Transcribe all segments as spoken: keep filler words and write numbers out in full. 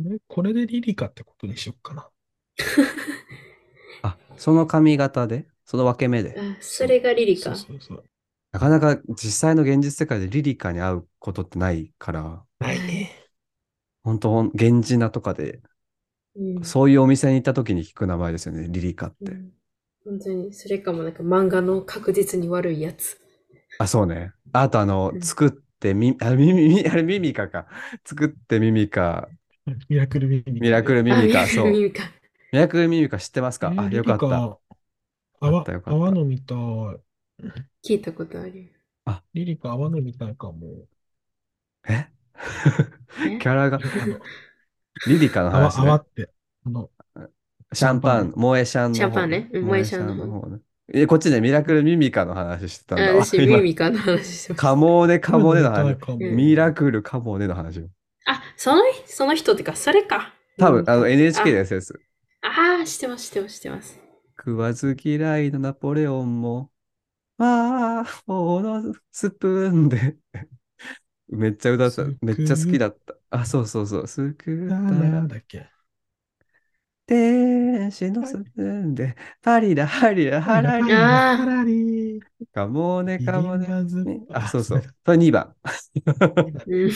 これ、これでリリカってことにしよっかな。 あ、その髪型で、その分け目で。 あ、そそう。 れがリリそうカ。 そうそう。 なかなか実際の現実世界でリリカに会うことってないから、 ないね。 本当、源氏名とかで、 うん。 そういうお店に行った時に聞く名前ですよね、リリカって。 うん。本当に、それかもなんか漫画の確実に悪いやつ。 あ、そうね。あと、あの、 うん。 作ってみ、あ、ミミ、ミあれミミカか。作ってミミカ、 ミラクルミミミラクカね。 あ、 ルミミカ、 ミラクルそう。 ミミカ。 ミラクルミミカ知ってますか？あ、 えー、リよかった。 リカ、泡、 よかった、よかった。 泡のみたい。 聞いたことある。 あ、 リリカ、泡のみたいかも。 ええ。 キャラが、 いや、あの、 リリカの泡、 話ね。 泡って、あの、 シシャンパンの。 ャンパン、萌えシャンシャの方ね。 ンパンね。うん、萌え萌えシシャンの方。 ャンの方ね。え、こっちね、ミラクルミミカの話してたあ、 んだわ。 私、ミ今、 ミカの話してます。 カモーネ、カ泡のモネの話。 みたいかうん。 ミラも。 クルカモネの話よ。 あ、その、その人ってか、それか。ミ多分、あの、 ミカって。 エヌエイチケー であ、 やつです。 ああ、知ってます、知ってます、知ってます。 食わず嫌いのナポレオンも、ああ、このスプーンで。めっちゃ歌ってた。 すめっちゃ好きくっだった。あ、そうそうそう。すくったたら、 らだっけ。 天使のスプーンで、パリラ、ハリラ、 パリラ、 ハラリ、 パリラ、ハああ、 ラリ、 カモネ、 ビビカモネ。 ンバズねあ、 あ、それだ。 そうそう。それにばん。 にばん。 うん。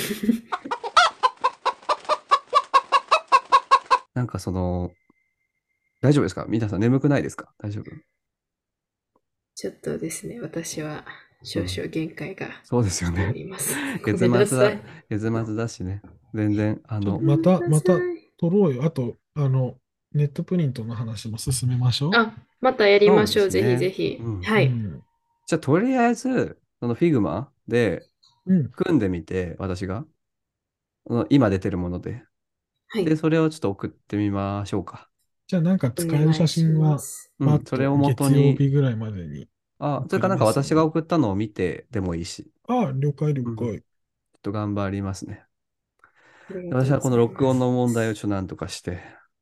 なんかその、大丈夫ですか？皆さん眠くないですか？大丈夫？ ちょっとですね、私は少うん。 々限界がそうですよ来ておね。 ります。ごめんな月末だ、 さい。 月末だしね。全然、あちょ、 の、 また、 ごめんなさまたい。 撮ろうよ。あと、あの、ネットプリントの話も進めましょあ、またやりそうでましょう。ぜひぜすね。 ひ。 うん。 う。うはい。 ん。 じゃあ、とりあえず、そのフィグマでうん。 組んでみて、私が、あの今出てるもので。で、 はい。 それをちょっと送ってみましょうか。 じゃあなんかお使える写願いし真は、 ます。 うん。 パッとそれを元月曜に、 日ぐらいまでにあ、それ送りかなんかますんで。 私が送ったのを見てでもいいし。 ああ、了解了うん。ちょ解。 っと頑張りますね。 ありがとうご私はこのざいます。 録音の問題をちょっとなんとかして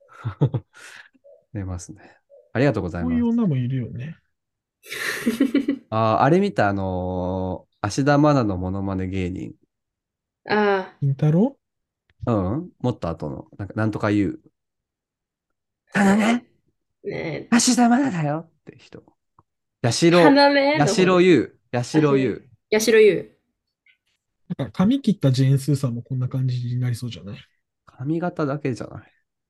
寝ますね。ありがとうございこういます。 う女もいるよね。 あー、あれ見た、あのー、芦田愛菜のモノマネ芸人。 あ金太郎。 うん、もっと後の、なんか、なんとか言う。 あ、 あのね、 えー、ね芦田愛菜だよって人。やしえ、 ろ、 花芽やの方です。 しろ優、やしあ、それ、 ろ優。 八代優。 なんか髪切ったジェーンスーさんもこんな感じになりそうじゃない？ 髪型だけじゃない。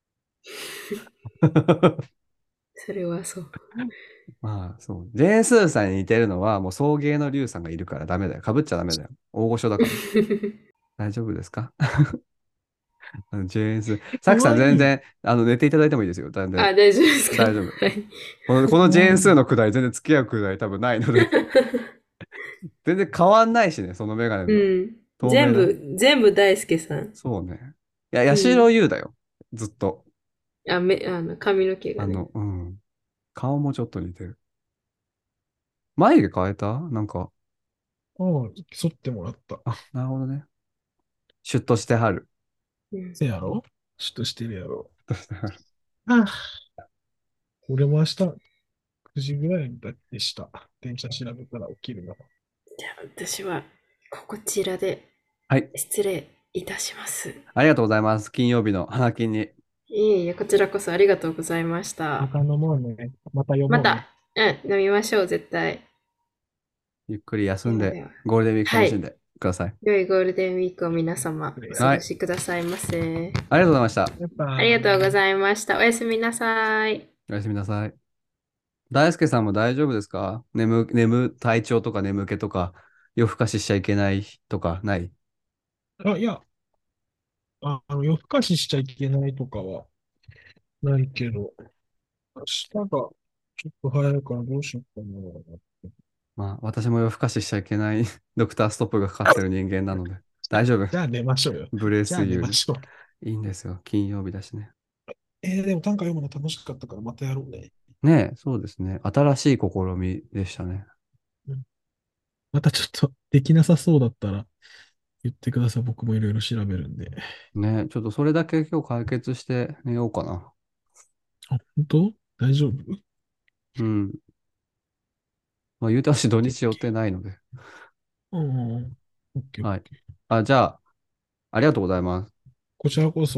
それはそう。 まあ、そう。ジェーンスーさんに似てるのは、もう送迎の竜さんがいるからダメだよ。被っちゃダメだよ。大御所だから。大丈夫ですか？あのジェーンスー。 かサクさんわいい。 全然、あの、寝ていただいてもいいですよ。全然。 あ、大丈夫ですか？ 大丈夫。 はい。 この、このジェーンスーかわいい。 のくだり、全然付き合うくだり多分ないので。全然変わんないしね、そのメガネのうん。 透明な。 全部、全部大輔さん。 そうね。いや、八うん。 代優だよ。ずっと。 あ、め、あの、髪の毛がね。 あの、うん。顔もちょっと似てる。眉毛変えたなんか、 ああ、剃ってもらった。 あ、なるほどね。シュッとしてはる。 うん。 せやろ？ちょっとしてるやろ。 シュッとしてはる。 ああ、俺も明日くじぐらいでした。電車調べたら起きるな。 じゃあ、私は、こちらではい。 失礼いたします。 ありがとうございます。金曜日の花金に。 いえいえ、こちらこそありがとうございました。 また飲もうね。また読もうね。 また、うん、飲みましょう、絶対。 ゆっくり休んで、 ではでは。 ゴールデンウィークはい。 楽しんでください。 良いゴールデンウィークを皆様お過はい。 ごしくださいませ。 ありがとうございました。 やっぱありがとうございました。おやすみなさい。 おやすみなさい。大輔さんも大丈夫ですか？眠、眠、体調とか眠気とか、夜更かししちゃいけないとかない？ あ、いや、あ、あの、夜更かししちゃいけないとかはないけど、明日がちょっと早いからどうしようかな。 まあ、私も夜更かししちゃいけないドクターストップがかかってる人間なので、大丈夫。 じゃあ寝ましょうよ。 ブレじゃあスユー。 寝ましょう。 いいんですよ。金曜日だしね。 えー、でも短歌読むの楽しかったからまたやろうね。 ねえ、そうですね。新しい試みでしたね。 うん。またちょっとできなさそうだったら言ってください。僕もいろいろ調べるんで。 ねえ、ちょっとそれだけ今日解決して寝ようかな。 あ、本当？大丈夫？ うん。まあ、言うて私土日予定ないので。 うん。オッケーオッはい。 ケー。 あ、じゃあ、ありがとうございます。 こちらこそ。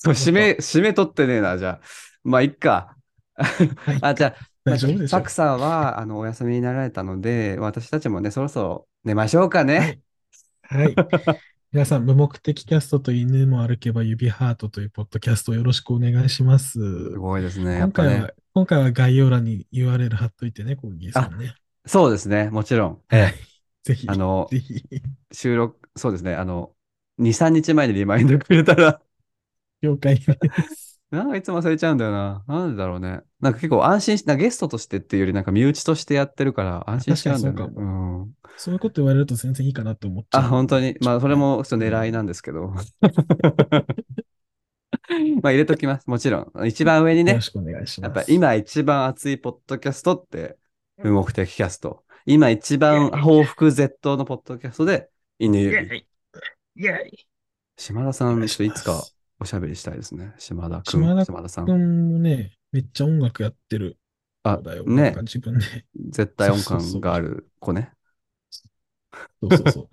そう、締め、締め取ってねえな、じゃあ。まあ、いっか。 はい。 あ、じゃあ、まあ大丈夫でしょう。 サクさんは、あの、お休みになられたので、私たちもね、そろそろ寝ましょうかはね。 い。はい。皆さん、無目的キャストと犬も歩けば指ハートというポッドキャストをよろしくお願いします。 すごいですね。やっぱね。 今回は、今回は概要欄に ユーアールエル 貼っといてね、コーギーさあ、 んね。 そうですね。もちろん。えはい。 え。 ぜひ、 あの、 ぜひ、 収録、そうですね。あの、に、さんにちまえにリマインドくれたら、 了解です。 なんかいつも忘れちゃうんだよな。なんでだろうね。なんか結構安心し、なんかゲストとしてっていうよりなんか身内としてやってるから安心し確かにちゃうんだよね。うそうかも。 ん。 そういうこと言われると全然いいかなって思っちあ、 ゃうんで、 本当に。まあ、それちょっとね。 もちょっと狙いなんですけど。まあ、入れときます。もちろん。一番上にね、 よろしくお願いしやっぱます。 今一番熱いポッドキャストって、無目的キャスト。今一番報復絶倒のポッドキャストで、犬指。 イェイイェイ島田さん、ちょっお願いしといつかます。 おしゃべりしたいですね。島田くん、 島田島田さん。 くんもね、めっちゃ音楽やってるあ、 子だよ。なんかね、 自分で。 絶対そう音感そうそう。 がある子ね。 そうそうそう。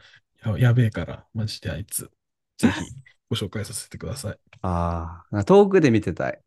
や、やべえから、マジであいつ。ぜひご紹介させてください。 ああ、遠くで見てたい。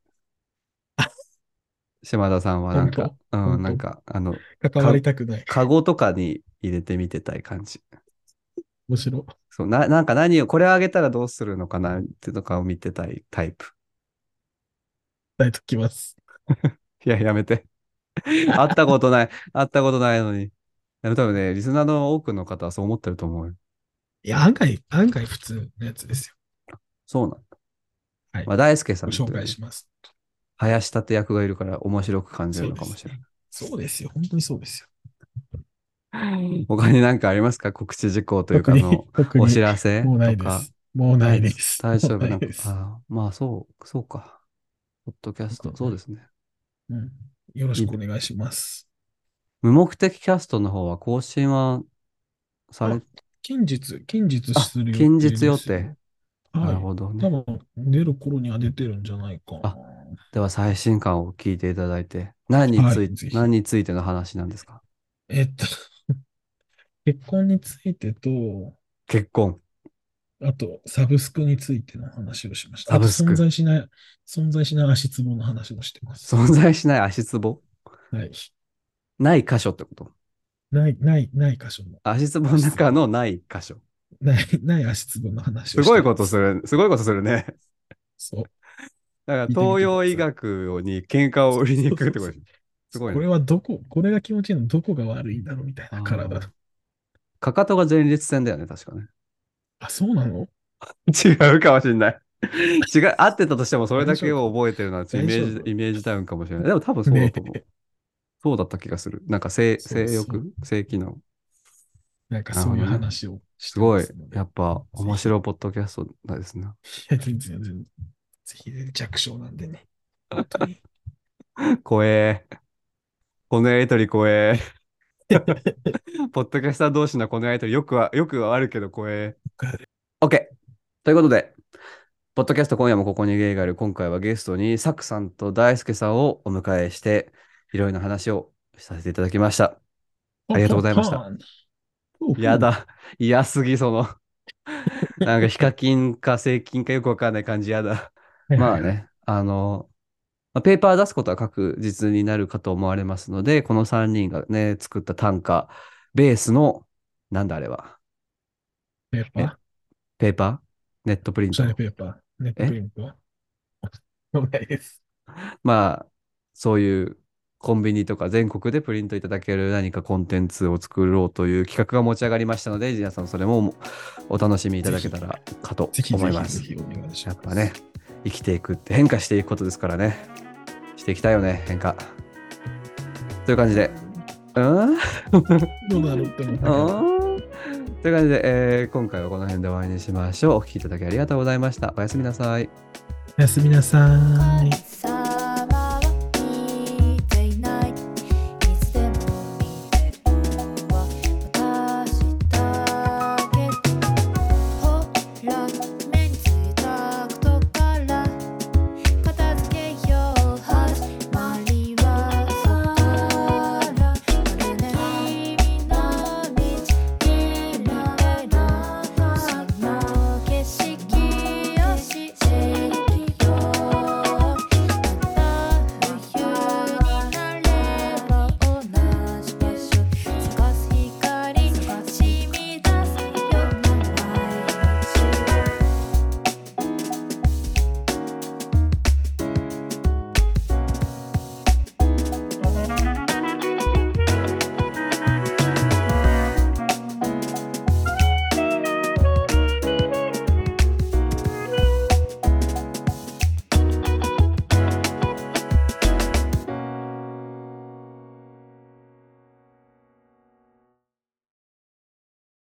島田さんはなんか、 本当うん、 本当なんか、あの、 関わか、 りたくない。 カゴとかに入れて見てたい感じ。 むしろ、 そう、な、なんか何を、これをあげたらどうするのかなっていうのかを見てたいタイプ。 伝えときます。 いや、やめて。会ったことない。会ったことないのに。でも多分ね、リスナーの多くの方はそう思ってると思うよ。 いや、案外、案外普通のやつですよ。 そうなんだ。 はい。 まあ、大輔さご紹んというね、 介します。 林立役がいるから面白く感じるそうのかもしれない。 ですね。そうですよ。本当にそうですよ。 他に何かありますか？告知事項というか、 特に、 あの、 特に、 お知らせもうなとか。 いです。もうなないです。 いです。もう大丈夫。なんか、 ないです。 あー、まあ、そう、そうか。ポッドキャスト。そうですね。 うん。よろしいいね。 くお願いします。 無目的キャストの方は更新はさあ、 れ、 近日、近日あ、 する予近定日予定。 ですよ。 なるはい。 ほどね。 多分、出る頃には出てるんじゃないかあ、では最新刊を聞いていただいて、何にな。はい。 つい、 ぜひ。 何についての話なんですか？ えっと、結婚についてと、 結婚、 あと、サブスクについての話をしました。あと、存サブスク、 在しない、存在しない足つぼの話もしてます。 存在しない足つぼ、 はい。 ない箇所ってこと？ ない、ない、ない箇所の足つぼの足つぼ。 中のない箇所。 ない、ない足つぼの話をしすごいこてます。 とする、すごいことするね。 そう。 だから聞いてみ東洋医てください。 学に喧嘩を売りにそう行くってことでそうそう。 す。すごいね。 これはどこ、これが気持ちいいの、どこが悪いんだろうみたいな体。 ああ。かかとが前立腺だよね、確かね。 あ、そうなの？ 違うかもしれない。違う、合ってたとしてもそれだけを大丈夫？ 覚えてるのはちょっとイメージ、 大丈夫？ イメージダウンかもしれない。でも多分そうだと思う。 ねえ。 そうだった気がする。なんか性、 そうそう。 性欲性機能。 なんかそういうなるほどね。 話をしてますごい。 すので、 やっぱぜひ。 面白いポッドキャストなんですね。 いや、全然、全然、ぜひ、弱小なんでね。本当に。 怖え。このやりとり怖え。ポッドキャスター同士のこのやりとりよくは、よくはあるけど怖え。OK。ということで、ポッドキャスト今夜もここにゲイがある。今回はゲストにサクさんと大輔さんをお迎えして、いろいろな話をさせていただきました。ありがとうごポンポンざいました。 ポン。ふうふう。 やだ。嫌すぎ、その、なんかヒカキンか正金かよくわかんない感じやだ。 はいはいはい。 まあね、あの、まあペーパー出すことは確実になるかと思われますので、このさんにんがね、作った単価、ベースの、なんだあれは。え、 ペーパーペーパーネットプリンおしゃれトペーパー。ネットプえリントそうないです。 まあ、そういうコンビニとか全国でプリントいただける何かコンテンツを作ろうという企画が持ち上がりましたので、皆さんそれもお楽しみいたぜひ、 だけたらかとぜひぜ思います。 ひぜひお願いしやっぱね、 ます。 生きていくって変化していくことですからね。していきたいよね、変化。という感じで、うんどうなるって思ったけど。 うんという感じで、えー今回はこの辺で終わりにしましょう。お聞きいただきありがとうございました。おやすみなさい。 おやすみなさい。